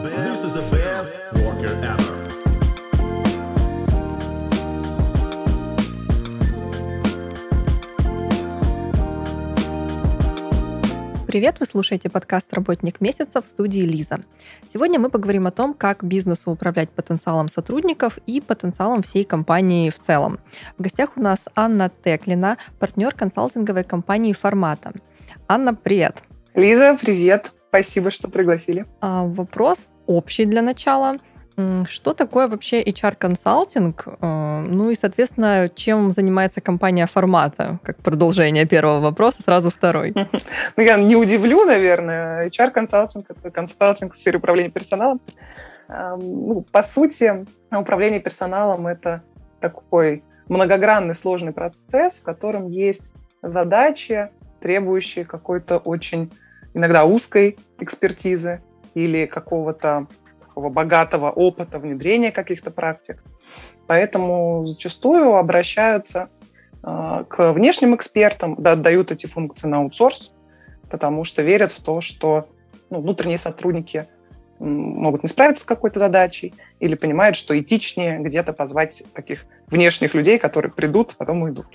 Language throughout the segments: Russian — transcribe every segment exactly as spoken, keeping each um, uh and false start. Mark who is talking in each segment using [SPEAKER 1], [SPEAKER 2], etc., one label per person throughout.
[SPEAKER 1] This is the best worker ever.
[SPEAKER 2] Привет, вы слушаете подкаст «Работник месяца» в студии Лиза. Сегодня мы поговорим о том, как бизнесу управлять потенциалом сотрудников и потенциалом всей компании в целом. В гостях у нас Анна Теклина, партнер консалтинговой компании «Формата». Анна, привет.
[SPEAKER 3] Лиза, привет. Спасибо, что пригласили.
[SPEAKER 2] А, вопрос общий для начала. Что такое вообще эйч ар-консалтинг? Ну и, соответственно, чем занимается компания «Формата»? Как продолжение первого вопроса, сразу второй.
[SPEAKER 3] Ну, я не удивлю, наверное. эйч ар-консалтинг – это консалтинг в сфере управления персоналом. Ну, по сути, управление персоналом – это такой многогранный, сложный процесс, в котором есть задачи, требующие какой-то очень иногда узкой экспертизы или какого-то богатого опыта внедрения каких-то практик. Поэтому зачастую обращаются э, к внешним экспертам, да, отдают эти функции на аутсорс, потому что верят в то, что ну, внутренние сотрудники могут не справиться с какой-то задачей или понимают, что этичнее где-то позвать таких внешних людей, которые придут, потом уйдут.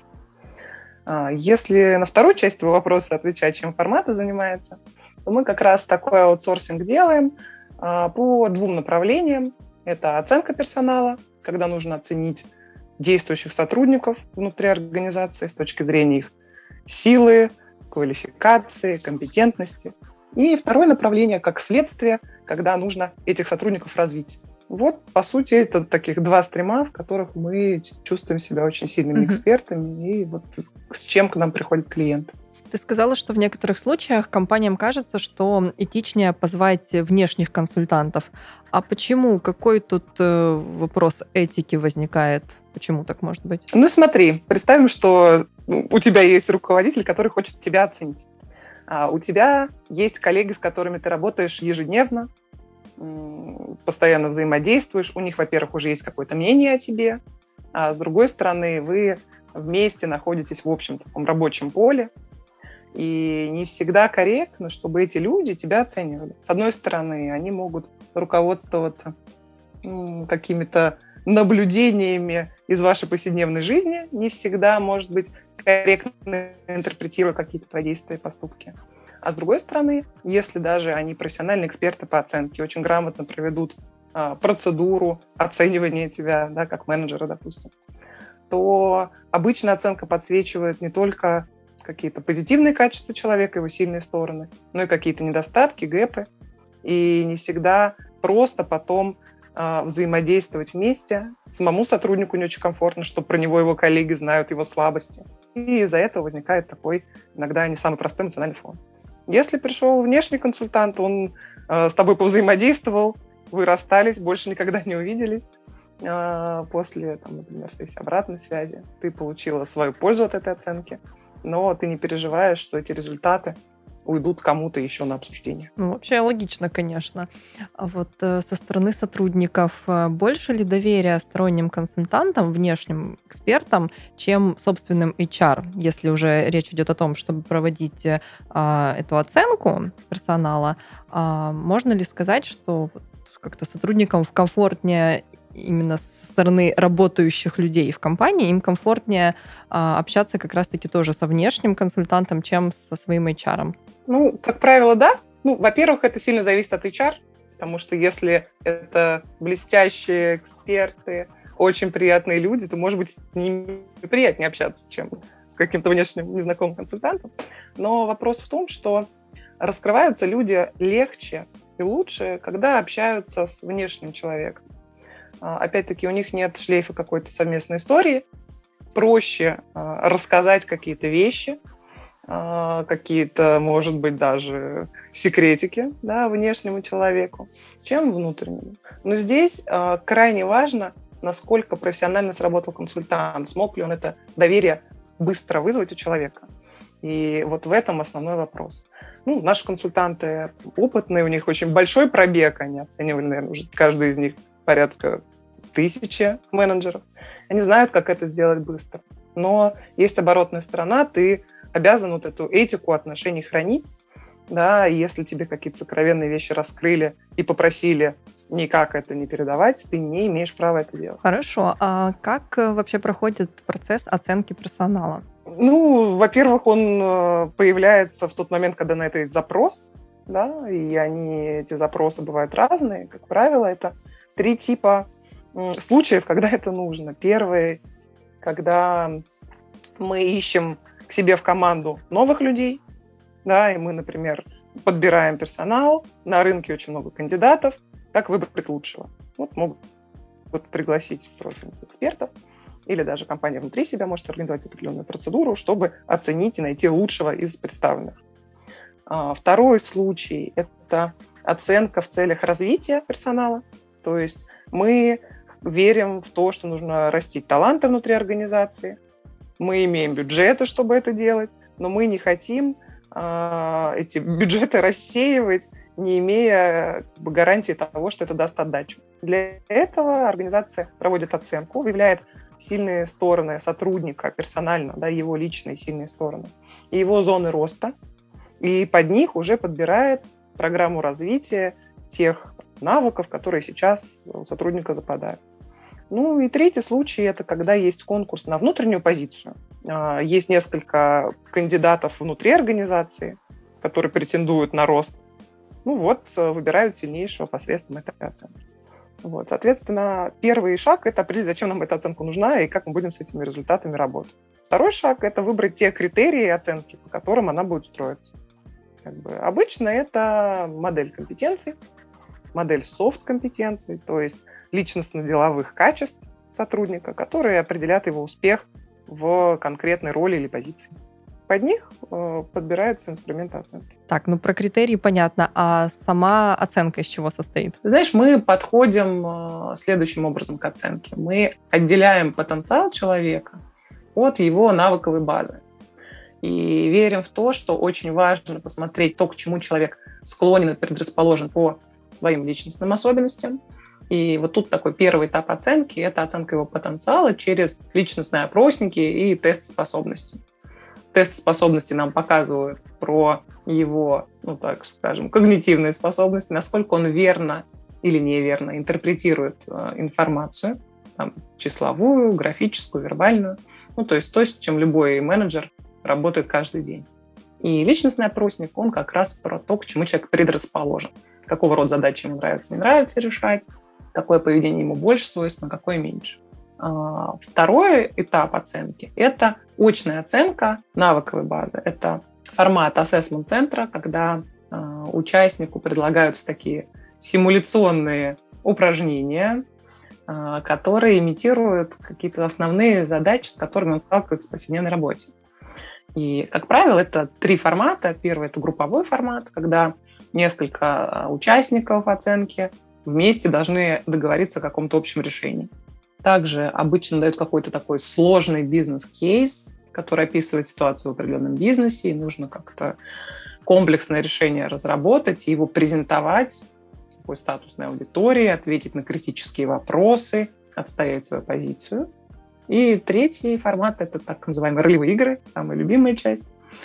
[SPEAKER 3] Если на вторую часть твоего вопроса отвечать, чем «Формата» занимается, то мы как раз такой аутсорсинг делаем по двум направлениям. Это оценка персонала, когда нужно оценить действующих сотрудников внутри организации с точки зрения их силы, квалификации, компетентности. И второе направление как следствие, когда нужно этих сотрудников развить. Вот, по сути, это таких два стрима, в которых мы чувствуем себя очень сильными mm-hmm. экспертами, и вот с чем к нам приходят клиенты.
[SPEAKER 2] Ты сказала, что в некоторых случаях компаниям кажется, что этичнее позвать внешних консультантов. А почему? Какой тут э, вопрос этики возникает? Почему так может быть?
[SPEAKER 3] Ну смотри, представим, что у тебя есть руководитель, который хочет тебя оценить. А у тебя есть коллеги, с которыми ты работаешь ежедневно, постоянно взаимодействуешь. У них, во-первых, уже есть какое-то мнение о тебе, а с другой стороны, вы вместе находитесь в общем таком рабочем поле. И не всегда корректно, чтобы эти люди тебя оценивали. С одной стороны, они могут руководствоваться ну, какими-то наблюдениями из вашей повседневной жизни, не всегда, может быть, корректно интерпретируя какие-то твои действия и поступки. А с другой стороны, если даже они профессиональные эксперты по оценке, очень грамотно проведут а, процедуру оценивания тебя, да, как менеджера, допустим, то обычно оценка подсвечивает не только какие-то позитивные качества человека, его сильные стороны, но и какие-то недостатки, гэпы. И не всегда просто потом э, взаимодействовать вместе. Самому сотруднику не очень комфортно, что про него его коллеги знают его слабости. И из-за этого возникает такой иногда не самый простой эмоциональный фон. Если пришел внешний консультант, он э, с тобой повзаимодействовал, вы расстались, больше никогда не увиделись. Э, после, там, например, сессии обратной связи ты получила свою пользу от этой оценки, но ты не переживаешь, что эти результаты уйдут кому-то еще на обсуждение.
[SPEAKER 2] Ну, вообще логично, конечно. А вот э, со стороны сотрудников э, больше ли доверия сторонним консультантам, внешним экспертам, чем собственным эйч ар, если уже речь идет о том, чтобы проводить э, эту оценку персонала? Э, можно ли сказать, что вот, как-то сотрудникам комфортнее именно со стороны работающих людей в компании, им комфортнее а, общаться как раз-таки тоже со внешним консультантом, чем со своим эйч ар?
[SPEAKER 3] Ну, как правило, да. Ну, во-первых, это сильно зависит от эйч ар, потому что если это блестящие эксперты, очень приятные люди, то, может быть, с ними приятнее общаться, чем с каким-то внешним незнакомым консультантом. Но вопрос в том, что раскрываются люди легче и лучше, когда общаются с внешним человеком. Опять-таки, у них нет шлейфа какой-то совместной истории. Проще э, рассказать какие-то вещи, э, какие-то, может быть, даже секретики, да, внешнему человеку, чем внутреннему. Но здесь э, крайне важно, насколько профессионально сработал консультант, смог ли он это доверие быстро вызвать у человека. И вот в этом основной вопрос. Ну, наши консультанты опытные, у них очень большой пробег, они оценивали, наверное, уже каждый из них порядка тысячи менеджеров. Они знают, как это сделать быстро. Но есть оборотная сторона, ты обязан вот эту этику отношений хранить да, и если тебе какие-то сокровенные вещи раскрыли и попросили никак это не передавать, ты не имеешь права это делать.
[SPEAKER 2] Хорошо. А как э, вообще проходит процесс оценки персонала?
[SPEAKER 3] Ну, во-первых, он э, появляется в тот момент, когда на это есть запрос, да, и они, эти запросы бывают разные. Как правило, это три типа м, случаев, когда это нужно. Первый, когда мы ищем к себе в команду новых людей, да, и мы, например, подбираем персонал, на рынке очень много кандидатов, как выбрать лучшего. Вот могут вот пригласить профильных экспертов, или даже компания внутри себя может организовать определенную процедуру, чтобы оценить и найти лучшего из представленных. А, Второй случай – это оценка в целях развития персонала. То есть мы верим в то, что нужно растить таланты внутри организации. Мы имеем бюджеты, чтобы это делать, но мы не хотим а, эти бюджеты рассеивать, не имея как бы, гарантии того, что это даст отдачу. Для этого организация проводит оценку, выявляет сильные стороны сотрудника персонально, да, его личные сильные стороны, и его зоны роста, и под них уже подбирает программу развития тех навыков, которые сейчас у сотрудника западают. Ну и третий случай – это когда есть конкурс на внутреннюю позицию. Есть несколько кандидатов внутри организации, которые претендуют на рост. Ну вот, выбирают сильнейшего посредством этой оценки. Вот, соответственно, первый шаг – это определить, зачем нам эта оценка нужна и как мы будем с этими результатами работать. Второй шаг – это выбрать те критерии оценки, по которым она будет строиться. Как бы, обычно это модель компетенций, модель софт-компетенций, то есть личностно-деловых качеств сотрудника, которые определят его успех в конкретной роли или позиции. Под них э, подбираются инструменты оценки.
[SPEAKER 2] Так, ну про критерии понятно, а сама оценка из чего состоит?
[SPEAKER 3] Знаешь, мы подходим э, следующим образом к оценке. Мы отделяем потенциал человека от его навыковой базы. И верим в то, что очень важно посмотреть то, к чему человек склонен и предрасположен по своим личностным особенностям. И вот тут такой первый этап оценки – это оценка его потенциала через личностные опросники и тест способностей. Тест способностей нам показывают про его, ну так скажем, когнитивные способности, насколько он верно или неверно интерпретирует э, информацию, там, числовую, графическую, вербальную. Ну, то есть то, с чем любой менеджер работает каждый день. И личностный опросник, он как раз про то, к чему человек предрасположен. Какого рода задачи ему нравится, не нравится решать, какое поведение ему больше свойственно, какое меньше. Второй этап оценки – это очная оценка навыковой базы. Это формат ассессмент-центра, когда участнику предлагаются такие симуляционные упражнения, которые имитируют какие-то основные задачи, с которыми он сталкивается в повседневной работе. И, как правило, это три формата. Первый – это групповой формат, когда несколько участников оценки вместе должны договориться о каком-то общем решении. Также обычно дают какой-то такой сложный бизнес-кейс, который описывает ситуацию в определенном бизнесе, и нужно как-то комплексное решение разработать и его презентовать такой статусной аудитории, ответить на критические вопросы, отстоять свою позицию. И третий формат – это так называемые ролевые игры, самая любимая часть,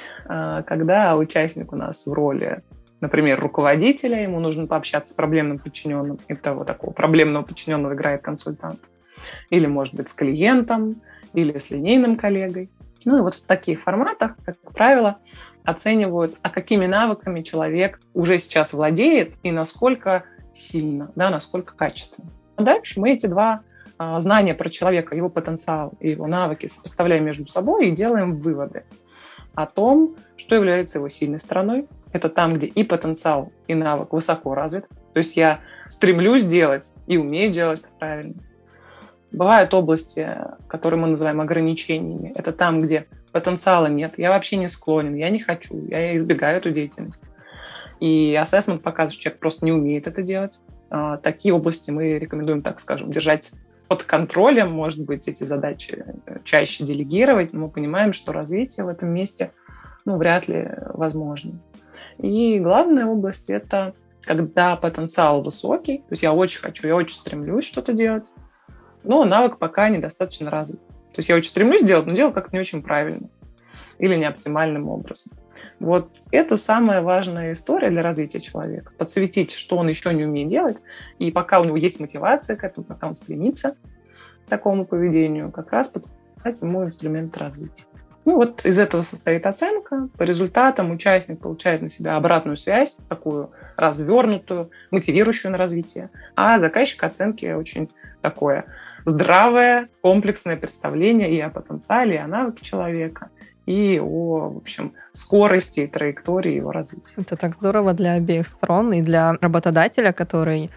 [SPEAKER 3] когда участник у нас в роли, например, руководителя, ему нужно пообщаться с проблемным подчиненным, и того такого проблемного подчиненного играет консультант. Или, может быть, с клиентом, или с линейным коллегой. Ну и вот в таких форматах, как правило, оценивают, а какими навыками человек уже сейчас владеет и насколько сильно, да, насколько качественно. А дальше мы эти два а, знания про человека, его потенциал и его навыки сопоставляем между собой и делаем выводы о том, что является его сильной стороной. Это там, где и потенциал, и навык высоко развит. То есть я стремлюсь делать и умею делать правильно. Бывают области, которые мы называем ограничениями. Это там, где потенциала нет, я вообще не склонен, я не хочу, я избегаю эту деятельность. И ассессмент показывает, что человек просто не умеет это делать. Такие области мы рекомендуем, так скажем, держать под контролем, может быть, эти задачи чаще делегировать, но мы понимаем, что развитие в этом месте ну, вряд ли возможно. И главная область – это когда потенциал высокий, то есть я очень хочу, я очень стремлюсь что-то делать, но навык пока недостаточно развит. То есть я очень стремлюсь делать, но делаю как-то не очень правильно. или неоптимальным образом. Вот это самая важная история для развития человека. Подсветить, что он еще не умеет делать, и пока у него есть мотивация к этому, пока он стремится к такому поведению, как раз подсказать ему инструмент развития. Ну вот из этого состоит оценка. По результатам участник получает на себя обратную связь, такую развернутую, мотивирующую на развитие. А заказчик оценки очень такое здравое, комплексное представление и о потенциале, и о навыке человека, и о, в общем, скорости и траектории его развития.
[SPEAKER 2] Это так здорово для обеих сторон, и для работодателя, который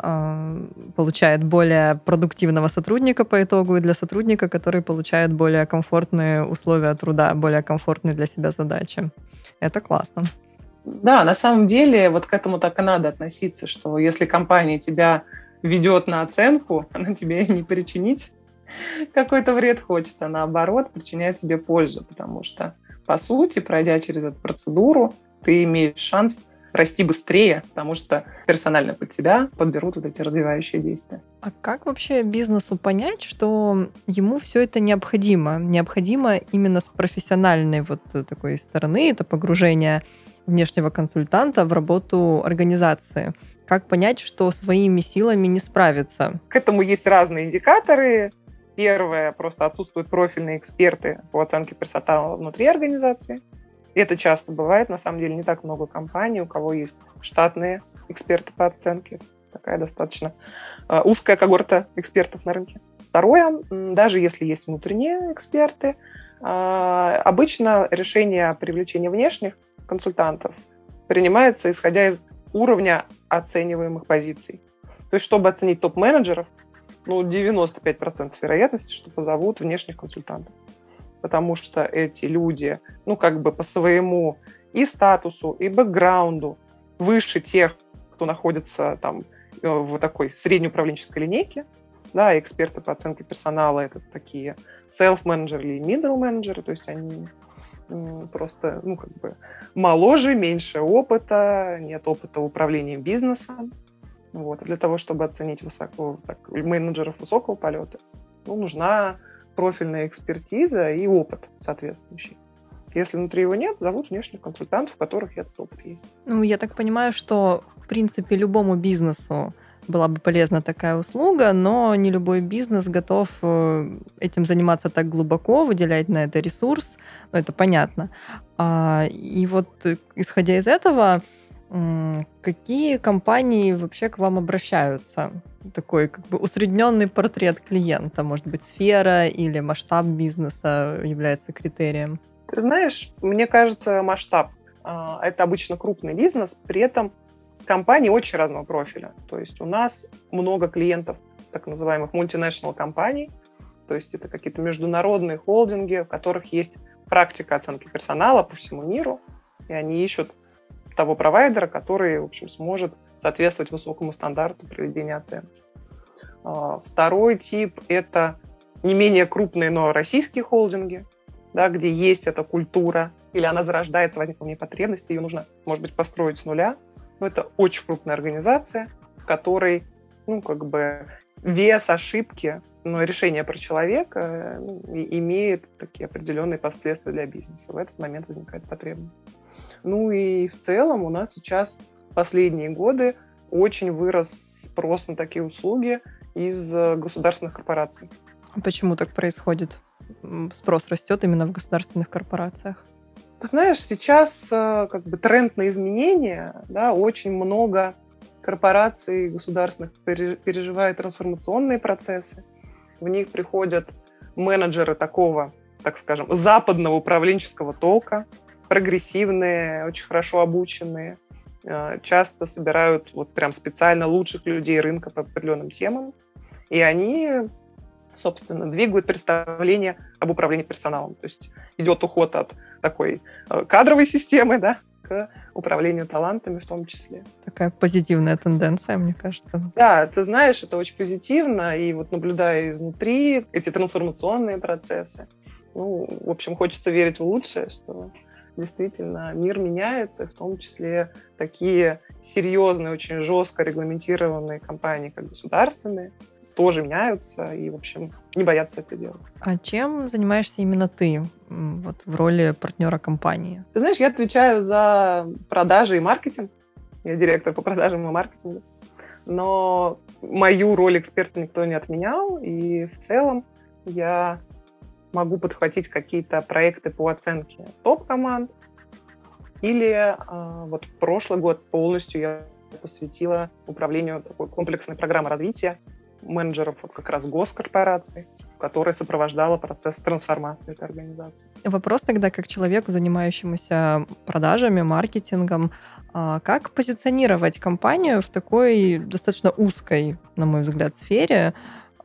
[SPEAKER 2] э, получает более продуктивного сотрудника по итогу, и для сотрудника, который получает более комфортные условия труда, более комфортные для себя задачи. Это классно.
[SPEAKER 3] Да, на самом деле вот к этому так и надо относиться, что если компания тебя ведет на оценку, она тебе не причинить какой-то вред хочет, а наоборот причиняет тебе пользу, потому что, по сути, пройдя через эту процедуру, ты имеешь шанс расти быстрее, потому что персонально под тебя подберут вот эти развивающие действия.
[SPEAKER 2] А как вообще бизнесу понять, что ему все это необходимо? Необходимо именно с профессиональной вот такой стороны, это погружение внешнего консультанта в работу организации. Как понять, что своими силами не справиться?
[SPEAKER 3] К этому есть разные индикаторы. Первое, просто отсутствуют профильные эксперты по оценке персонала внутри организации. И это часто бывает, на самом деле, не так много компаний, у кого есть штатные эксперты по оценке. Такая достаточно э, узкая когорта экспертов на рынке. Второе, даже если есть внутренние эксперты, э, обычно решение о привлечении внешних консультантов принимается исходя из уровня оцениваемых позиций. То есть, чтобы оценить топ-менеджеров, ну, девяносто пять процентов вероятности, что позовут внешних консультантов. Потому что эти люди, ну, как бы по своему и статусу, и бэкграунду выше тех, кто находится там в такой среднеуправленческой линейке. Да, эксперты по оценке персонала — это такие селф-менеджеры или middle-менеджеры, то есть они просто, ну, как бы моложе, меньше опыта, нет опыта управления бизнесом. Вот. А для того, чтобы оценить высоко, так, менеджеров высокого полета, ну, нужна профильная экспертиза и опыт соответствующий. Если внутри его нет, зовут внешних консультантов, у которых этот опыт есть.
[SPEAKER 2] Ну, я так понимаю, что, в принципе, любому бизнесу была бы полезна такая услуга, но не любой бизнес готов этим заниматься так глубоко, выделять на это ресурс, ну, это понятно. И вот, исходя из этого, какие компании вообще к вам обращаются? Такой как бы усредненный портрет клиента, может быть, сфера или масштаб бизнеса является критерием?
[SPEAKER 3] Ты знаешь, мне кажется, масштаб. Это обычно крупный бизнес, при этом компании очень разного профиля. То есть у нас много клиентов, так называемых multinational компаний, то есть это какие-то международные холдинги, в которых есть практика оценки персонала по всему миру, и они ищут того провайдера, который, в общем, сможет соответствовать высокому стандарту проведения оценки. Второй тип – это не менее крупные, но российские холдинги, да, где есть эта культура, или она зарождается, возникла в ней потребность, ее нужно, может быть, построить с нуля. Но это очень крупная организация, в которой, ну, как бы вес ошибки, но решение про человека ну, имеет такие определенные последствия для бизнеса. В этот момент возникает потребность. Ну и в целом у нас сейчас в последние годы очень вырос спрос на такие услуги из государственных корпораций.
[SPEAKER 2] Почему так происходит? Спрос растет именно в государственных корпорациях?
[SPEAKER 3] Ты знаешь, сейчас как бы тренд на изменения, да, очень много корпораций государственных переживает трансформационные процессы. В них приходят менеджеры такого, так скажем, западного управленческого толка, прогрессивные, очень хорошо обученные, часто собирают вот прям специально лучших людей рынка по определенным темам, и они, собственно, двигают представление об управлении персоналом. То есть идет уход от такой кадровой системы, да, к управлению талантами в том числе.
[SPEAKER 2] Такая позитивная тенденция, мне кажется.
[SPEAKER 3] Да, ты знаешь, это очень позитивно, и вот наблюдая изнутри эти трансформационные процессы, ну, в общем, хочется верить в лучшее, что действительно мир меняется, в том числе такие серьезные, очень жестко регламентированные компании, как государственные, тоже меняются и, в общем, не боятся это делать.
[SPEAKER 2] А чем занимаешься именно ты вот, в роли партнера компании?
[SPEAKER 3] Ты знаешь, я отвечаю за продажи и маркетинг. Я директор по продажам и маркетингу. Но мою роль эксперта никто не отменял, и в целом я могу подхватить какие-то проекты по оценке топ-команд, или э, вот прошлый год полностью я посвятила управлению такой комплексной программы развития менеджеров вот как раз госкорпораций, которая сопровождала процесс трансформации этой организации.
[SPEAKER 2] Вопрос тогда, как человеку, занимающемуся продажами, маркетингом, как позиционировать компанию в такой достаточно узкой, на мой взгляд, сфере,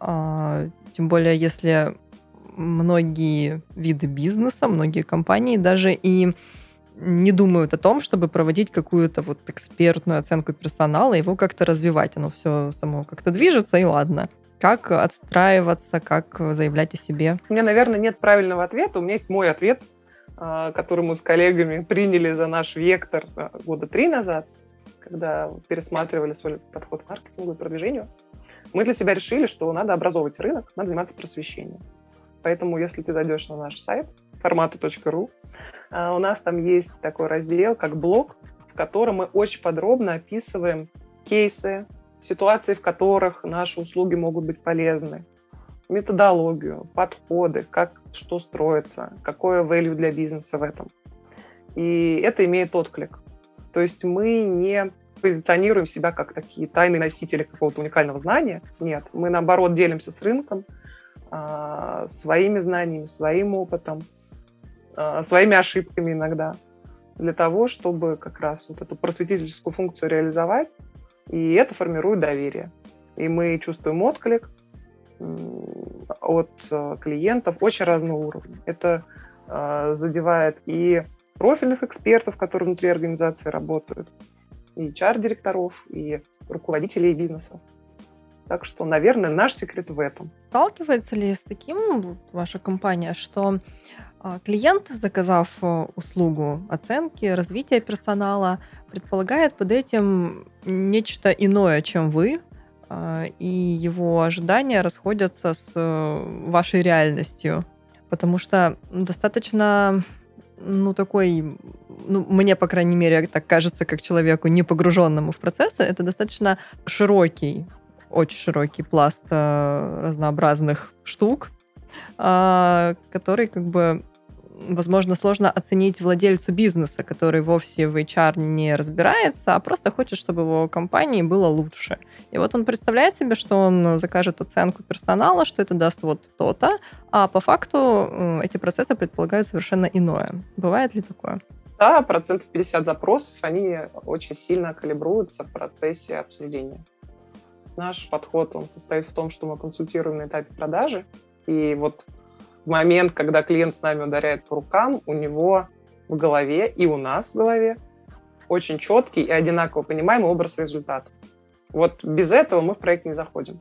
[SPEAKER 2] тем более если многие виды бизнеса, многие компании даже и не думают о том, чтобы проводить какую-то вот экспертную оценку персонала, его как-то развивать. Оно все само как-то движется, и ладно. Как отстраиваться, как заявлять о себе?
[SPEAKER 3] У меня, наверное, нет правильного ответа. У меня есть мой ответ, который мы с коллегами приняли за наш вектор года три назад, когда пересматривали свой подход к маркетингу и продвижению. Мы для себя решили, что надо образовывать рынок, надо заниматься просвещением. Поэтому, если ты зайдешь на наш сайт форматы точка ру, у нас там есть такой раздел, как блог, в котором мы очень подробно описываем кейсы, ситуации, в которых наши услуги могут быть полезны, методологию, подходы, как что строится, какое value для бизнеса в этом. И это имеет отклик. То есть мы не позиционируем себя как такие тайные носители какого-то уникального знания. Нет, мы наоборот делимся с рынком, своими знаниями, своим опытом, своими ошибками иногда, для того, чтобы как раз вот эту просветительскую функцию реализовать, и это формирует доверие. И мы чувствуем отклик от клиентов очень разного уровня. Это задевает и профильных экспертов, которые внутри организации работают, и эйч ар-директоров, и руководителей бизнеса. Так что, наверное, наш секрет в этом.
[SPEAKER 2] Сталкивается ли с таким ваша компания, что клиент, заказав услугу оценки, развития персонала, предполагает под этим нечто иное, чем вы, и его ожидания расходятся с вашей реальностью? Потому что достаточно, ну, такой, ну, мне, по крайней мере, так кажется, как человеку, не погруженному в процессы, это достаточно широкий, очень широкий пласт разнообразных штук, который, как бы, возможно, сложно оценить владельцу бизнеса, который вовсе в эйч ар не разбирается, а просто хочет, чтобы его компании было лучше. И вот он представляет себе, что он закажет оценку персонала, что это даст вот то-то, а по факту эти процессы предполагают совершенно иное. Бывает ли такое?
[SPEAKER 3] Да, процентов пятьдесят запросов, они очень сильно калибруются в процессе обсуждения. Наш подход, он состоит в том, что мы консультируем на этапе продажи, и вот в момент, когда клиент с нами ударяет по рукам, у него в голове и у нас в голове очень четкий и одинаково понимаемый образ результата. Вот без этого мы в проект не заходим.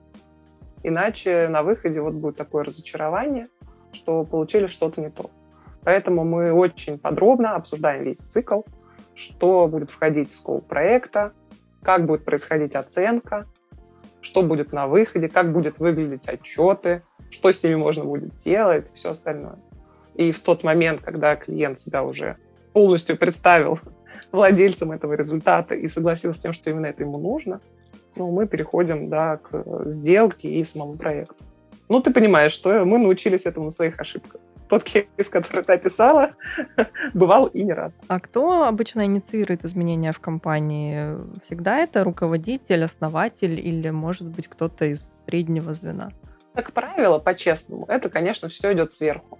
[SPEAKER 3] Иначе на выходе вот будет такое разочарование, что получили что-то не то. Поэтому мы очень подробно обсуждаем весь цикл, что будет входить в скоп проекта, как будет происходить оценка, что будет на выходе, как будут выглядеть отчеты, что с ними можно будет делать, все остальное. И в тот момент, когда клиент себя уже полностью представил владельцем этого результата и согласился с тем, что именно это ему нужно, ну, мы переходим, да, к сделке и самому проекту. Ну, ты понимаешь, что мы научились этому на своих ошибках. Тот кейс, который ты описала, бывал и не раз.
[SPEAKER 2] А кто обычно инициирует изменения в компании? Всегда это руководитель, основатель или, может быть, кто-то из среднего звена?
[SPEAKER 3] Как правило, по-честному, это, конечно, все идет сверху.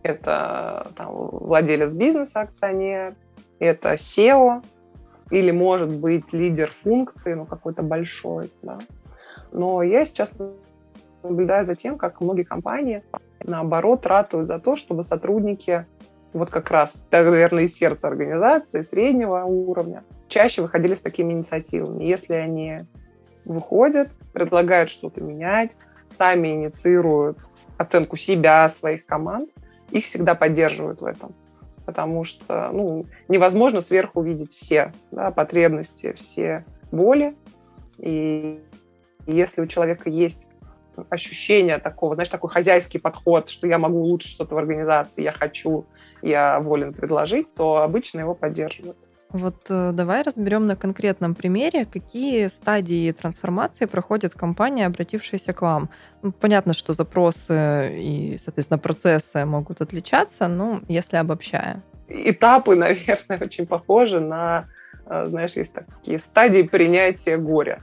[SPEAKER 3] Это там, владелец бизнеса, акционер, это сео, или, может быть, лидер функции, ну, какой-то большой. Да. Но я сейчас наблюдаю за тем, как многие компании, наоборот, ратуют за то, чтобы сотрудники, вот как раз, наверное, из сердца организации, среднего уровня, чаще выходили с такими инициативами. Если они выходят, предлагают что-то менять, сами инициируют оценку себя, своих команд, их всегда поддерживают в этом. потому что ну, невозможно сверху увидеть все да, потребности, все боли. И если у человека есть ощущение такого, знаешь, такой хозяйский подход, что я могу улучшить что-то в организации, я хочу, я волен предложить, то обычно его поддерживают.
[SPEAKER 2] Вот э, давай разберем на конкретном примере, какие стадии трансформации проходит компания, обратившаяся к вам. Ну, понятно, что запросы и, соответственно, процессы могут отличаться, но если обобщая.
[SPEAKER 3] Этапы, наверное, очень похожи на, знаешь, есть такие стадии принятия горя.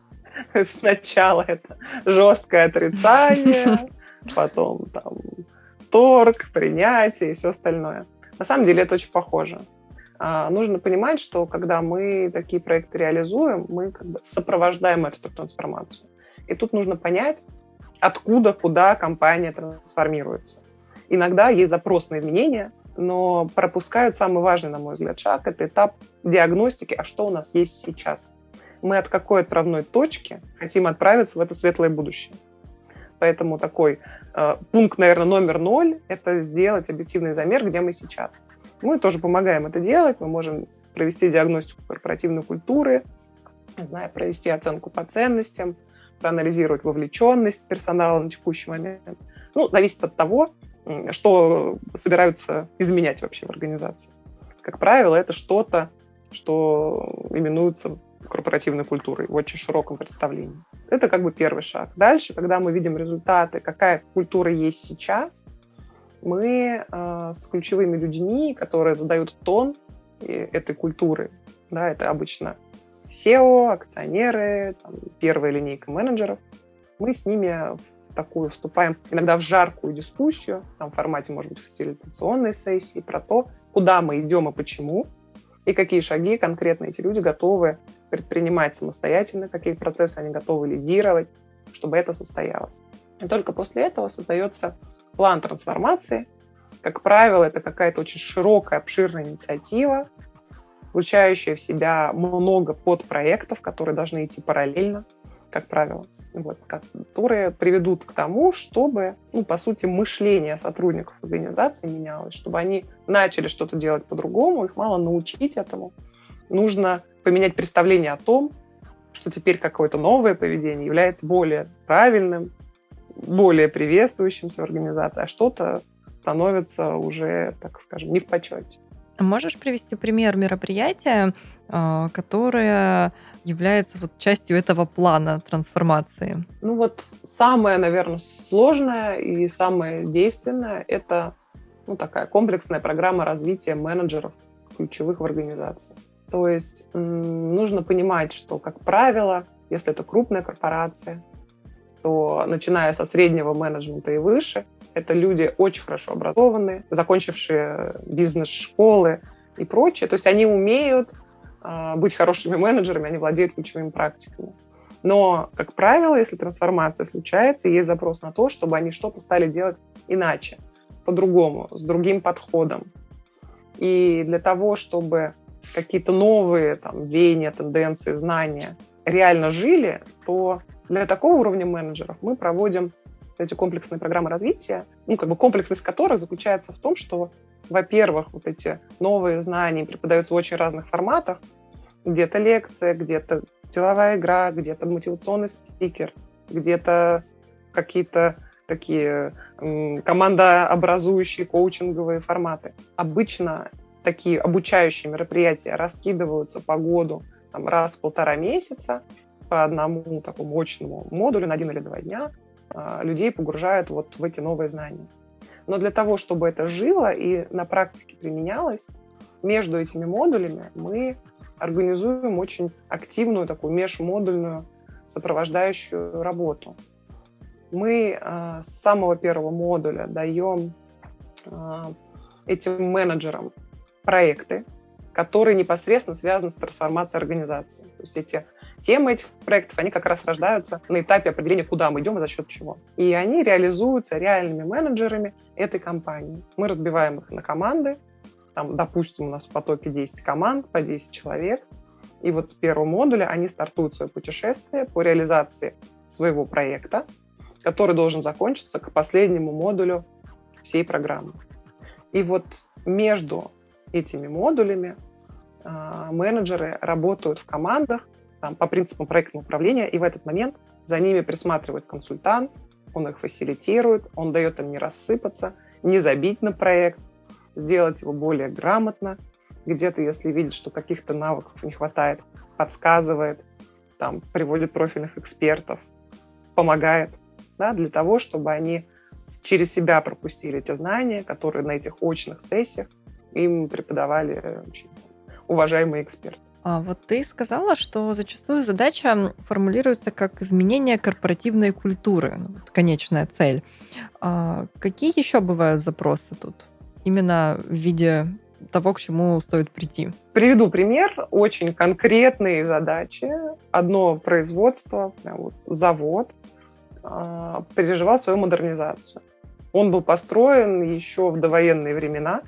[SPEAKER 3] Сначала это жесткое отрицание, потом там торг, принятие и все остальное. На самом деле это очень похоже. А, нужно понимать, что когда мы такие проекты реализуем, мы как бы сопровождаем эту трансформацию. И тут нужно понять, откуда, куда компания трансформируется. Иногда есть запрос на изменения, но пропускают самый важный, на мой взгляд, шаг. Это этап диагностики, а что у нас есть сейчас. Мы от какой отправной точки хотим отправиться в это светлое будущее. Поэтому такой э, пункт, наверное, номер ноль – это сделать объективный замер, где мы сейчас. Мы тоже помогаем это делать. Мы можем провести диагностику корпоративной культуры, не знаю, провести оценку по ценностям, проанализировать вовлеченность персонала на текущий момент. Ну, зависит от того, что собираются изменять вообще в организации. Как правило, это что-то, что именуется корпоративной культурой в очень широком представлении. Это как бы первый шаг. Дальше, когда мы видим результаты, какая культура есть сейчас, мы э, с ключевыми людьми, которые задают тон этой культуры, да, это обычно сео, акционеры, там, первая линейка менеджеров, мы с ними в такую вступаем иногда в жаркую дискуссию, там, в формате, может быть, фасилитационной сессии, про то, куда мы идем и почему, и какие шаги конкретно эти люди готовы предпринимать самостоятельно, какие процессы они готовы лидировать, чтобы это состоялось. И только после этого создается план трансформации. Как правило, это какая-то очень широкая, обширная инициатива, включающая в себя много подпроектов, которые должны идти параллельно, как правило, вот, которые приведут к тому, чтобы, ну, по сути, мышление сотрудников организации менялось, чтобы они начали что-то делать по-другому, их мало научить этому. Нужно поменять представление о том, что теперь какое-то новое поведение является более правильным, более приветствующимся в организации, а что-то становится уже, так скажем, не в почете.
[SPEAKER 2] Можешь привести пример мероприятия, которое является вот частью этого плана трансформации?
[SPEAKER 3] Ну вот самое, наверное, сложное и самое действенное – это ну, такая комплексная программа развития менеджеров ключевых в организации. То есть м- нужно понимать, что, как правило, если это крупная корпорация, то начиная со среднего менеджмента и выше, это люди очень хорошо образованные, закончившие бизнес-школы и прочее. То есть они умеют э, быть хорошими менеджерами, они владеют ключевыми практиками. Но, как правило, если трансформация случается, есть запрос на то, чтобы они что-то стали делать иначе, по-другому, с другим подходом. И для того, чтобы какие-то новые там, веяния, тенденции, знания реально жили, то для такого уровня менеджеров мы проводим эти комплексные программы развития, ну, как бы комплексность которых заключается в том, что, во-первых, вот эти новые знания преподаются в очень разных форматах. Где-то лекция, где-то деловая игра, где-то мотивационный спикер, где-то какие-то такие м, командообразующие коучинговые форматы. Обычно такие обучающие мероприятия раскидываются по году там, раз в полтора месяца, по одному такому мощному модулю на один или два дня людей погружают вот в эти новые знания. Но для того, чтобы это жило и на практике применялось, между этими модулями мы организуем очень активную такую межмодульную сопровождающую работу. Мы э, с самого первого модуля даем э, этим менеджерам проекты, которые непосредственно связаны с трансформацией организации. То есть эти темы этих проектов, они как раз рождаются на этапе определения, куда мы идем и за счет чего. И они реализуются реальными менеджерами этой компании. Мы разбиваем их на команды. Там, допустим, у нас в потоке десять команд, по десять человек. И вот с первого модуля они стартуют свое путешествие по реализации своего проекта, который должен закончиться к последнему модулю всей программы. И вот между этими модулями а, менеджеры работают в командах там, по принципам проектного управления, и в этот момент за ними присматривает консультант, он их фасилитирует, он дает им не рассыпаться, не забить на проект, сделать его более грамотно. Где-то, если видит, что каких-то навыков не хватает, подсказывает, там, приводит профильных экспертов, помогает, да, для того, чтобы они через себя пропустили эти знания, которые на этих очных сессиях им преподавали очень уважаемые эксперты.
[SPEAKER 2] А вот ты сказала, что зачастую задача формулируется как изменение корпоративной культуры, ну, вот конечная цель. А какие еще бывают запросы тут? Именно в виде того, к чему стоит прийти.
[SPEAKER 3] Приведу пример. Очень конкретные задачи. Одно производство, вот, завод, э, переживал свою модернизацию. Он был построен еще в довоенные времена.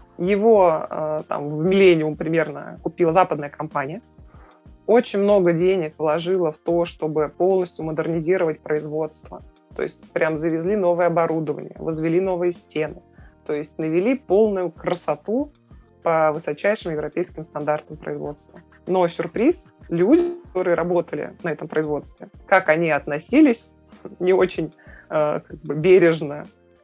[SPEAKER 3] Его э, там, в «Миллениум» примерно купила западная компания. Очень много денег вложила в то, чтобы полностью модернизировать производство. То есть прям завезли новое оборудование, возвели новые стены. То есть навели полную красоту по высочайшим европейским стандартам производства. Но сюрприз, люди, которые работали на этом производстве, как они относились не очень э, как бы бережно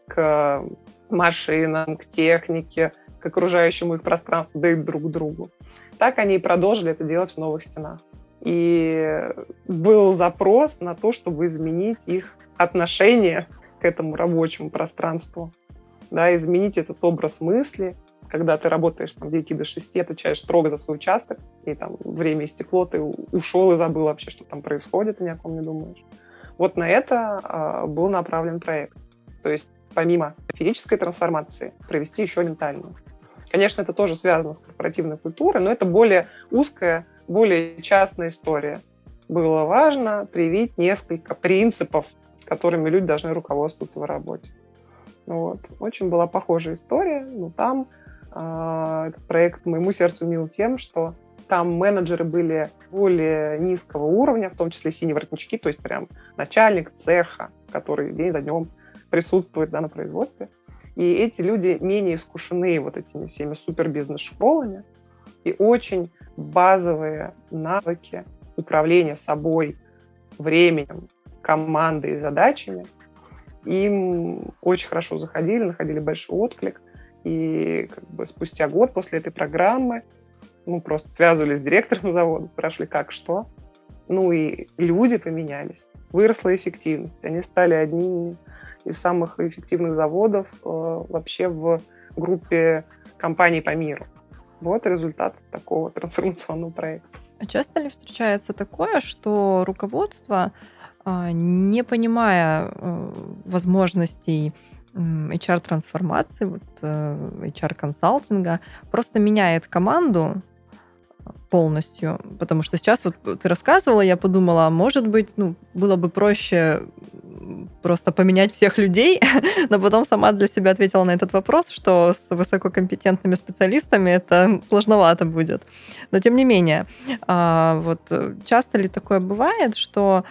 [SPEAKER 3] к машинам, к технике, к окружающему их пространству, да и друг к другу. Так они и продолжили это делать в новых стенах. И был запрос на то, чтобы изменить их отношение к этому рабочему пространству, да, изменить этот образ мысли. Когда ты работаешь там девяти до шести, отвечаешь строго за свой участок, и там время истекло, ты ушел и забыл вообще, что там происходит, и ни о ком не думаешь. Вот на это э, был направлен проект. То есть помимо физической трансформации провести еще ментальную. Конечно, это тоже связано с корпоративной культурой, но это более узкая, более частная история. Было важно привить несколько принципов, которыми люди должны руководствоваться в работе. Вот. Очень была похожая история, но там э, этот проект моему сердцу мил тем, что там менеджеры были более низкого уровня, в том числе синие воротнички, то есть прям начальник цеха, который день за днем присутствует, да, на производстве. И эти люди менее искушены вот этими всеми супербизнес-школами, и очень базовые навыки управления собой, временем, командой и задачами им очень хорошо заходили, находили большой отклик. И как бы спустя год после этой программы мы просто связывались с директором завода, спрашивали, как, что. Ну и люди поменялись. Выросла эффективность. Они стали одними из самых эффективных заводов э, вообще в группе компаний по миру. Вот результат такого трансформационного проекта.
[SPEAKER 2] А часто ли встречается такое, что руководство, не понимая возможностей эйч ар-трансформации, вот, эйч ар-консалтинга, просто меняет команду полностью? Потому что сейчас вот ты рассказывала, я подумала, может быть, ну, было бы проще просто поменять всех людей, но потом сама для себя ответила на этот вопрос, что с высококомпетентными специалистами это сложновато будет. Но тем не менее, вот часто ли такое бывает, что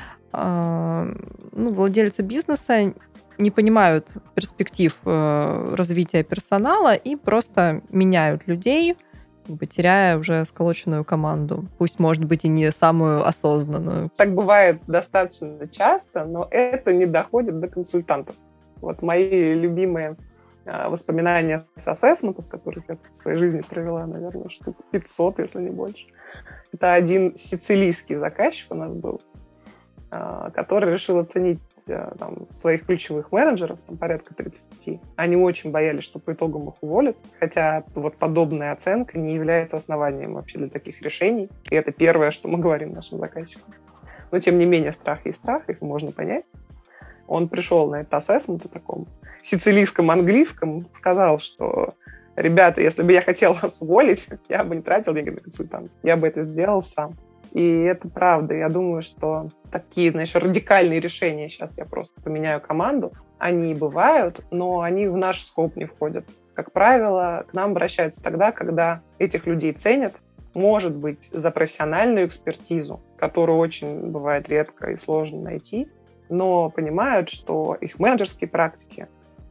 [SPEAKER 2] ну, владельцы бизнеса не понимают перспектив развития персонала и просто меняют людей, теряя уже сколоченную команду. Пусть, может быть, и не самую осознанную.
[SPEAKER 3] Так бывает достаточно часто, но это не доходит до консультантов. Вот мои любимые воспоминания с ассессментов, которых я в своей жизни провела, наверное, штук пятьсот, если не больше. Это один сицилийский заказчик у нас был, который решил оценить там, своих ключевых менеджеров, там, порядка тридцати. Они очень боялись, что по итогам их уволят, хотя вот подобная оценка не является основанием вообще для таких решений. И это первое, что мы говорим нашим заказчикам. Но, тем не менее, страх есть страх, их можно понять. Он пришел на этот ассессмент в таком сицилийском английском, сказал, что ребята, если бы я хотел вас уволить, я бы не тратил деньги на консультанта, я бы это сделал сам. И это правда. Я думаю, что такие, знаешь, радикальные решения, сейчас я просто поменяю команду, они бывают, но они в наш скоп не входят. Как правило, к нам обращаются тогда, когда этих людей ценят, может быть, за профессиональную экспертизу, которую очень бывает редко и сложно найти, но понимают, что их менеджерские практики,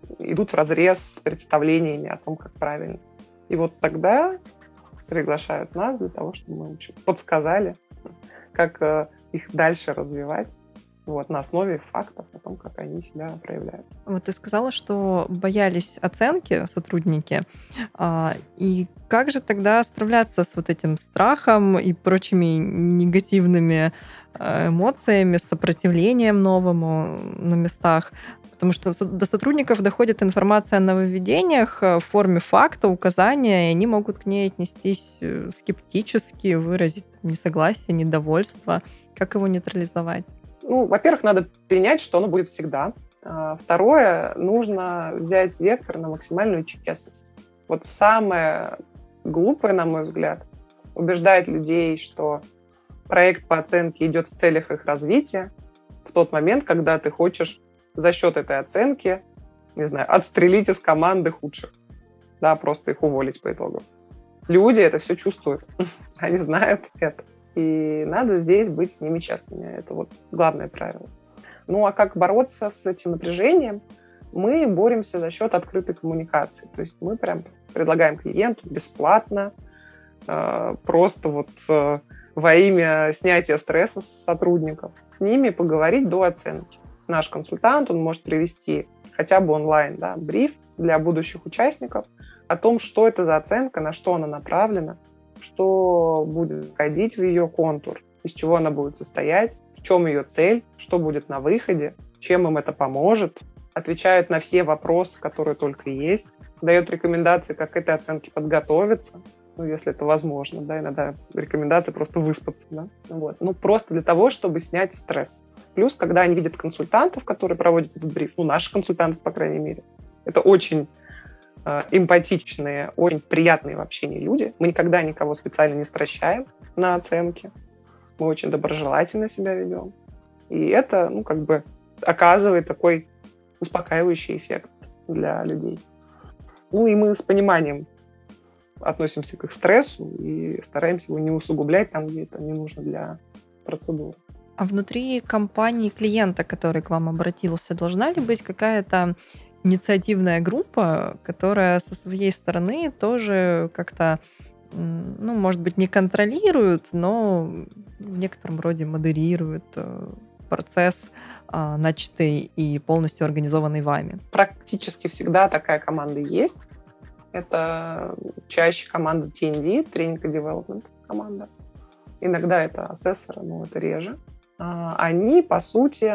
[SPEAKER 3] идут вразрез с представлениями о том, как правильно. И вот тогда приглашают нас для того, чтобы мы подсказали, как э, их дальше развивать. Вот, на основе фактов о том, как они себя проявляют.
[SPEAKER 2] Вот ты сказала, что боялись оценки сотрудники. А, и как же тогда справляться с вот этим страхом и прочими негативными э, эмоциями, с сопротивлением новому на местах? Потому что со- до сотрудников доходит информация о нововведениях э, в форме факта, указания, и они могут к ней отнестись э, скептически, выразить несогласие, недовольство. Как его нейтрализовать?
[SPEAKER 3] Ну, во-первых, надо принять, что оно будет всегда. А, Второе, нужно взять вектор на максимальную честность. Вот самое глупое, на мой взгляд, убеждать людей, что проект по оценке идет в целях их развития в тот момент, когда ты хочешь за счет этой оценки, не знаю, отстрелить из команды худших, да, просто их уволить по итогу. Люди это все чувствуют, они знают это. И надо здесь быть с ними честными. Это вот главное правило. Ну, а как бороться с этим напряжением? Мы боремся за счет открытой коммуникации. То есть мы прям предлагаем клиенту бесплатно, э, просто вот э, во имя снятия стресса с сотрудников, с ними поговорить до оценки. Наш консультант, он может привести хотя бы онлайн, да, бриф для будущих участников о том, что это за оценка, на что она направлена, что будет входить в ее контур, из чего она будет состоять, в чем ее цель, что будет на выходе, чем им это поможет, отвечает на все вопросы, которые только есть, дает рекомендации, как к этой оценке подготовиться, ну, если это возможно, да, иногда рекомендации просто выспаться, да, вот. Ну, просто для того, чтобы снять стресс. Плюс, когда они видят консультантов, которые проводят этот бриф, ну, наших консультантов, по крайней мере, это очень эмпатичные, очень приятные в общении люди. Мы никогда никого специально не стращаем на оценке. Мы очень доброжелательно себя ведем. И это, ну, как бы оказывает такой успокаивающий эффект для людей. Ну, и мы с пониманием относимся к их стрессу и стараемся его не усугублять там, где это не нужно для процедуры.
[SPEAKER 2] А внутри компании клиента, который к вам обратился, должна ли быть какая-то инициативная группа, которая со своей стороны тоже как-то, ну, может быть, не контролирует, но в некотором роде модерирует процесс, начатый и полностью организованный вами?
[SPEAKER 3] Практически всегда такая команда есть. Это чаще команда ти эн ди, Training and Development команда. Иногда это ассессоры, но это реже. Они, по сути,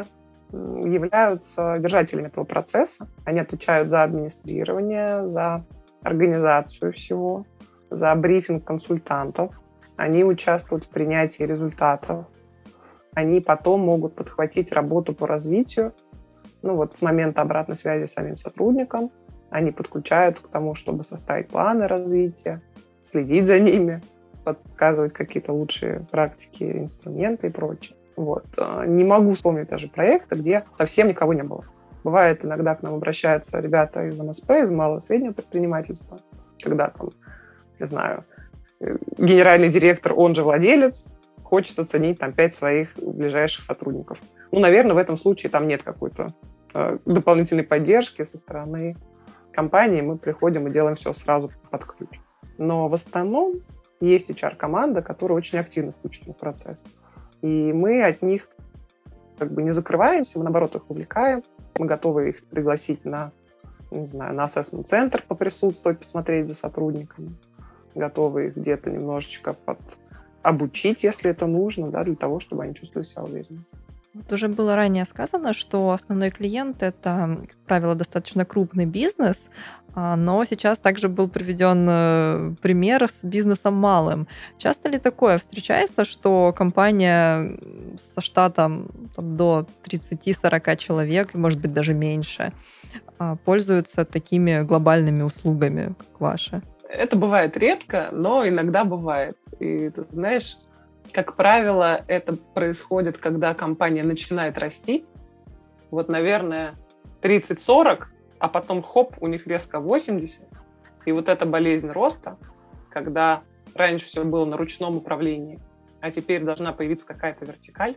[SPEAKER 3] являются держателями этого процесса. Они отвечают за администрирование, за организацию всего, за брифинг консультантов. Они участвуют в принятии результатов. Они потом могут подхватить работу по развитию. Ну вот с момента обратной связи с самим сотрудником они подключаются к тому, чтобы составить планы развития, следить за ними, подсказывать какие-то лучшие практики, инструменты и прочее. Вот. Не могу вспомнить даже проекта, где совсем никого не было. Бывает, иногда к нам обращаются ребята из эм эс пэ, из малого и среднего предпринимательства, когда там, не знаю, генеральный директор, он же владелец, хочет оценить там пять своих ближайших сотрудников. Ну, наверное, в этом случае там нет какой-то э, дополнительной поддержки со стороны компании. Мы приходим и делаем все сразу под ключ. Но в основном есть эйч ар-команда, которая очень активно включена в процесс. И мы от них как бы не закрываемся, мы, наоборот, их увлекаем. Мы готовы их пригласить на, не знаю, на ассессмент-центр поприсутствовать, посмотреть за сотрудниками. Готовы их где-то немножечко под... обучить, если это нужно, да, для того, чтобы они чувствовали себя уверенно.
[SPEAKER 2] Вот уже было ранее сказано, что основной клиент — это, как правило, достаточно крупный бизнес, но сейчас также был приведен пример с бизнесом малым. Часто ли такое встречается, что компания со штатом там, до тридцать-сорок человек, может быть, даже меньше, пользуется такими глобальными услугами, как ваши?
[SPEAKER 3] Это бывает редко, но иногда бывает. И ты знаешь, как правило, это происходит, когда компания начинает расти. Вот, наверное, тридцать-сорок, а потом хоп, у них резко восемьдесят. И вот эта болезнь роста, когда раньше все было на ручном управлении, а теперь должна появиться какая-то вертикаль,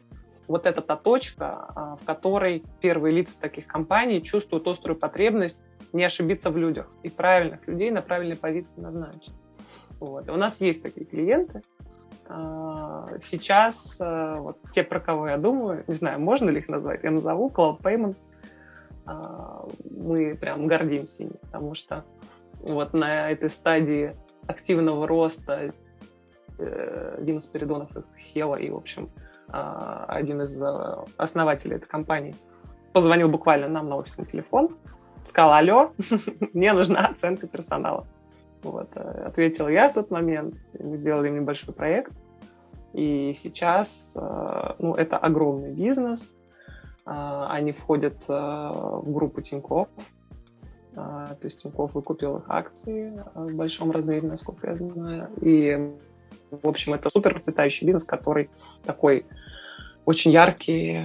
[SPEAKER 3] вот это та точка, в которой первые лица таких компаний чувствуют острую потребность не ошибиться в людях и правильных людей на правильной позиции назначить. Вот. И у нас есть такие клиенты. Сейчас вот те, про кого я думаю, не знаю, можно ли их назвать, я назову Cloud Payments. Мы прям гордимся ими, потому что вот на этой стадии активного роста Дима Спиридонов их сел, и, в общем, один из основателей этой компании позвонил буквально нам на офисный телефон, сказал: алло, мне нужна оценка персонала. Вот, ответила я в тот момент, мы сделали небольшой проект, и сейчас, ну, это огромный бизнес, они входят в группу Тинькофф, то есть Тинькофф выкупил их акции в большом размере, насколько я знаю, и, в общем, это супер процветающий бизнес, который такой очень яркий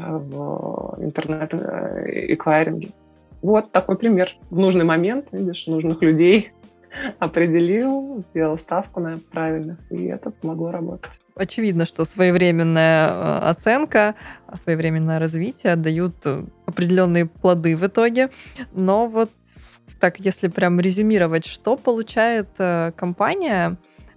[SPEAKER 3] в интернет-эквайринге. Вот такой пример. В нужный момент, видишь, нужных людей определил, сделал ставку на правильных, и это помогло работать.
[SPEAKER 2] Очевидно, что своевременная оценка, своевременное развитие дают определенные плоды в итоге. Но вот так, если прям резюмировать, что получает компания,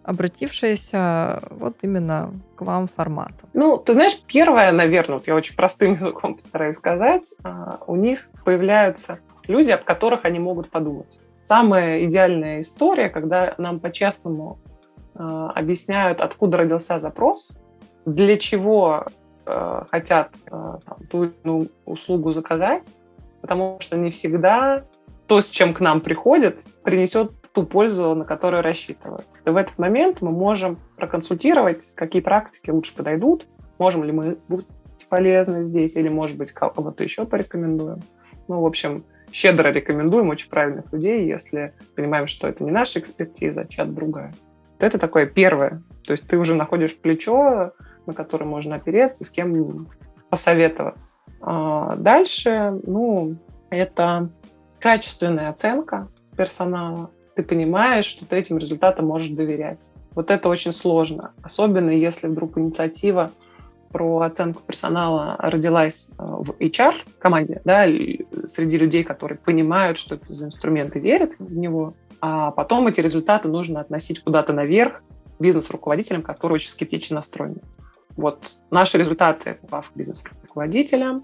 [SPEAKER 2] обратившаяся вот именно к вам форматом?
[SPEAKER 3] Ну, ты знаешь, первое, наверное, вот я очень простым языком постараюсь сказать, у них появляются люди, об которых они могут подумать. Самая идеальная история, когда нам по-честному э, объясняют, откуда родился запрос, для чего э, хотят э, там, ту или иную услугу заказать, потому что не всегда то, с чем к нам приходят, принесет ту пользу, на которую рассчитывают. И в этот момент мы можем проконсультировать, какие практики лучше подойдут, можем ли мы быть полезны здесь, или, может быть, кого-то еще порекомендуем. Ну, в общем, щедро рекомендуем очень правильных людей, если понимаем, что это не наша экспертиза, а чья-то другая. Вот это такое первое. То есть ты уже находишь плечо, на которое можно опереться, с кем посоветоваться. А дальше, ну, это качественная оценка персонала. Ты понимаешь, что ты этим результатам можешь доверять. Вот это очень сложно. Особенно если вдруг инициатива про оценку персонала родилась в эйч ар-команде, да, среди людей, которые понимают, что это за инструмент и верят в него, а потом эти результаты нужно относить куда-то наверх бизнес-руководителям, которые очень скептично настроены. Вот наши результаты, попав к бизнес-руководителям,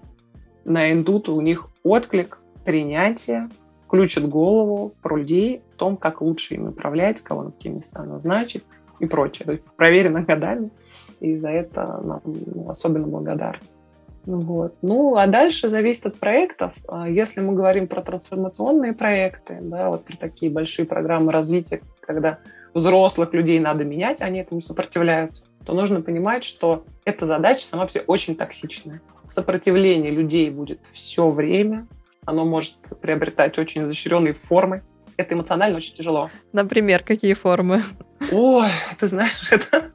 [SPEAKER 3] найдут у них отклик, принятие, включат голову про людей, в том, как лучше им управлять, кого на какие места назначить и прочее. То есть проверено годами. И за это нам особенно благодарны. Вот. Ну, а дальше зависит от проектов. Если мы говорим про трансформационные проекты, да, вот про такие большие программы развития, когда взрослых людей надо менять, они этому сопротивляются, то нужно понимать, что эта задача сама по себе очень токсичная. Сопротивление людей будет все время, оно может приобретать очень изощренные формы. Это эмоционально очень тяжело.
[SPEAKER 2] Например, какие формы?
[SPEAKER 3] Ой, ты знаешь, это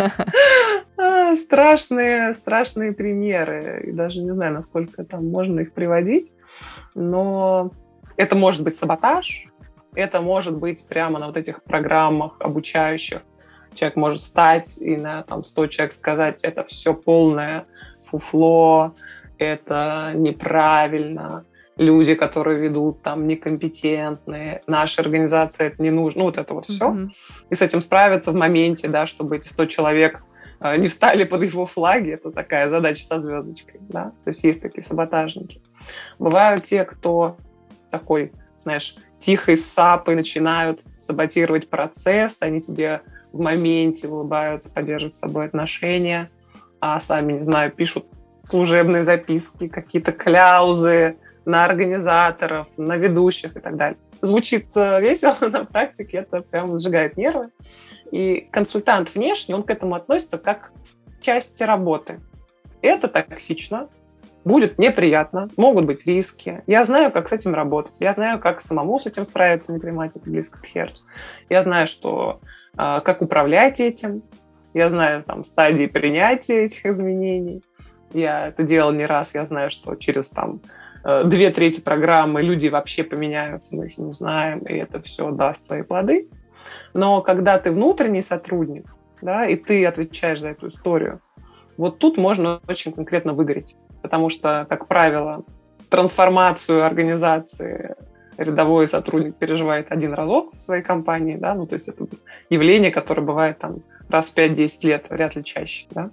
[SPEAKER 3] страшные, страшные примеры. И даже не знаю, насколько там можно их приводить. Но это может быть саботаж, это может быть прямо на вот этих программах обучающих. Человек может встать и на там, сто человек сказать, это все полное фуфло, это неправильно. Люди, которые ведут, там, некомпетентные, наша организация это не нужно, ну, вот это вот все. Mm-hmm. И с этим справиться в моменте, да, чтобы эти сто человек э, не встали под его флаги, это такая задача со звездочкой, да, то есть есть такие саботажники. Бывают те, кто такой, знаешь, тихой сапой начинают саботировать процесс, они тебе в моменте улыбаются, поддерживают с собой отношения, а сами, не знаю, пишут служебные записки, какие-то кляузы на организаторов, на ведущих и так далее. Звучит весело, на практике это прям сжигает нервы. И консультант внешний, он к этому относится как к части работы. Это токсично, будет неприятно, могут быть риски. Я знаю, как с этим работать, я знаю, как самому с этим справиться, не принимать это близко к сердцу. Я знаю, что, как управлять этим, я знаю там, стадии принятия этих изменений. Я это делал не раз, я знаю, что через там, две трети программы люди вообще поменяются, мы их не знаем, и это все даст свои плоды. Но когда ты внутренний сотрудник, да, и ты отвечаешь за эту историю, Вот тут можно очень конкретно выгореть, потому что, как правило, трансформацию организации рядовой сотрудник переживает один разок в своей компании, да, ну, то есть это явление, которое бывает там раз в пять-десять лет, вряд ли чаще, да.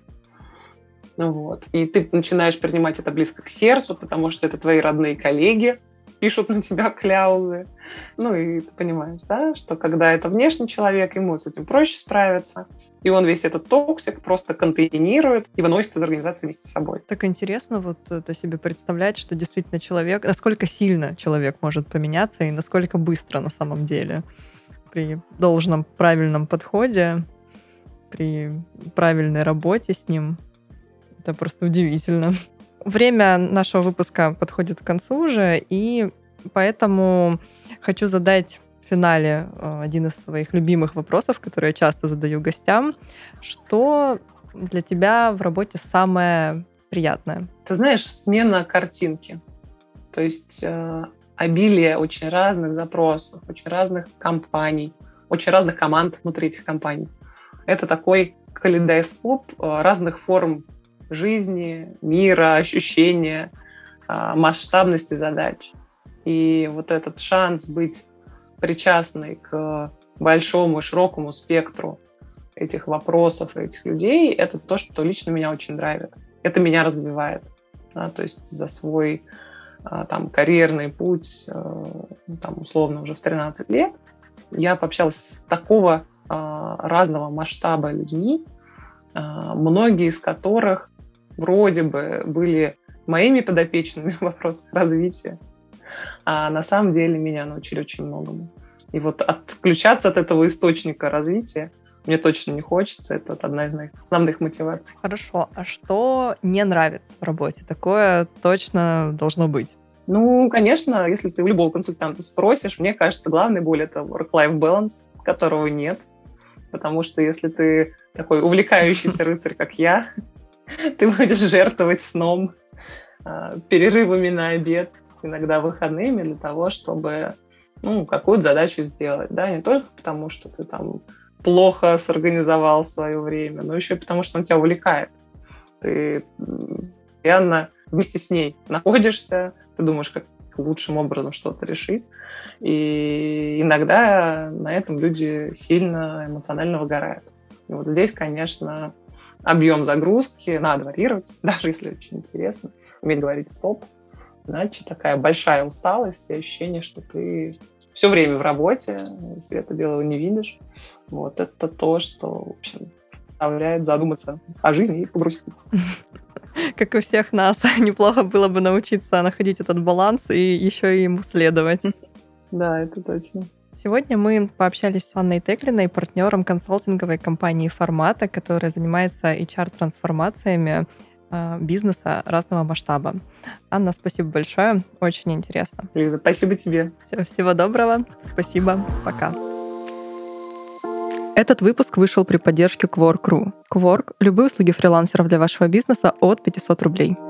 [SPEAKER 3] Ну вот. И ты начинаешь принимать это близко к сердцу, потому что это твои родные коллеги пишут на тебя кляузы. Ну и ты понимаешь, да, что когда это внешний человек, ему с этим проще справиться. И он весь этот токсик просто контейнирует и выносит из организации вместе с собой.
[SPEAKER 2] Так интересно вот это себе представлять, что действительно человек, насколько сильно человек может поменяться и насколько быстро на самом деле при должном правильном подходе, при правильной работе с ним. Это просто удивительно. Время нашего выпуска подходит к концу уже, и поэтому хочу задать в финале один из своих любимых вопросов, который я часто задаю гостям. Что для тебя в работе самое приятное?
[SPEAKER 3] Ты знаешь, смена картинки. То есть э, обилие очень разных запросов, очень разных компаний, очень разных команд внутри этих компаний. Это такой калейдоскоп э, разных форм жизни, мира, ощущения, э, масштабности задач. И вот этот шанс быть причастной к большому, широкому спектру этих вопросов и этих людей, это то, что лично меня очень драйвит. Это меня развивает. Да, то есть за свой там, карьерный путь, там, условно, уже в тринадцать лет, я пообщалась с такого разного масштаба людьми, многие из которых вроде бы были моими подопечными в вопросах развития, а на самом деле меня научили очень многому. И вот отключаться от этого источника развития мне точно не хочется. Это вот одна из моих основных мотиваций.
[SPEAKER 2] Хорошо. А что не нравится в работе? Такое точно должно быть.
[SPEAKER 3] Ну, конечно, если ты у любого консультанта спросишь, мне кажется, главная боль — это work-life balance, которого нет. Потому что если ты такой увлекающийся рыцарь, как я, ты будешь жертвовать сном, перерывами на обед, иногда выходными для того, чтобы ну, какую-то задачу сделать. Да? Не только потому, что ты там плохо сорганизовал свое время, но еще и потому, что он тебя увлекает. Ты постоянно вместе с ней находишься, ты думаешь, как лучшим образом что-то решить. И иногда на этом люди сильно эмоционально выгорают. И вот здесь, конечно, объем загрузки надо варьировать, даже если очень интересно, уметь говорить «стоп». Иначе такая большая усталость и ощущение, что ты все время в работе, если это дело не видишь. Вот это то, что, в общем, заставляет задуматься о жизни и погрузить.
[SPEAKER 2] Как и всех нас, неплохо было бы научиться находить этот баланс и еще и ему следовать.
[SPEAKER 3] Да, это точно.
[SPEAKER 2] Сегодня мы пообщались с Анной Теклиной, партнером консалтинговой компании «Формата», которая занимается эйч ар-трансформациями бизнеса разного масштаба. Анна, спасибо большое. Очень интересно.
[SPEAKER 3] Лиза, спасибо тебе.
[SPEAKER 2] Все, всего доброго. Спасибо. Пока. Этот выпуск вышел при поддержке Quark точка ру. Quark — любые услуги фрилансеров для вашего бизнеса от пятьсот рублей.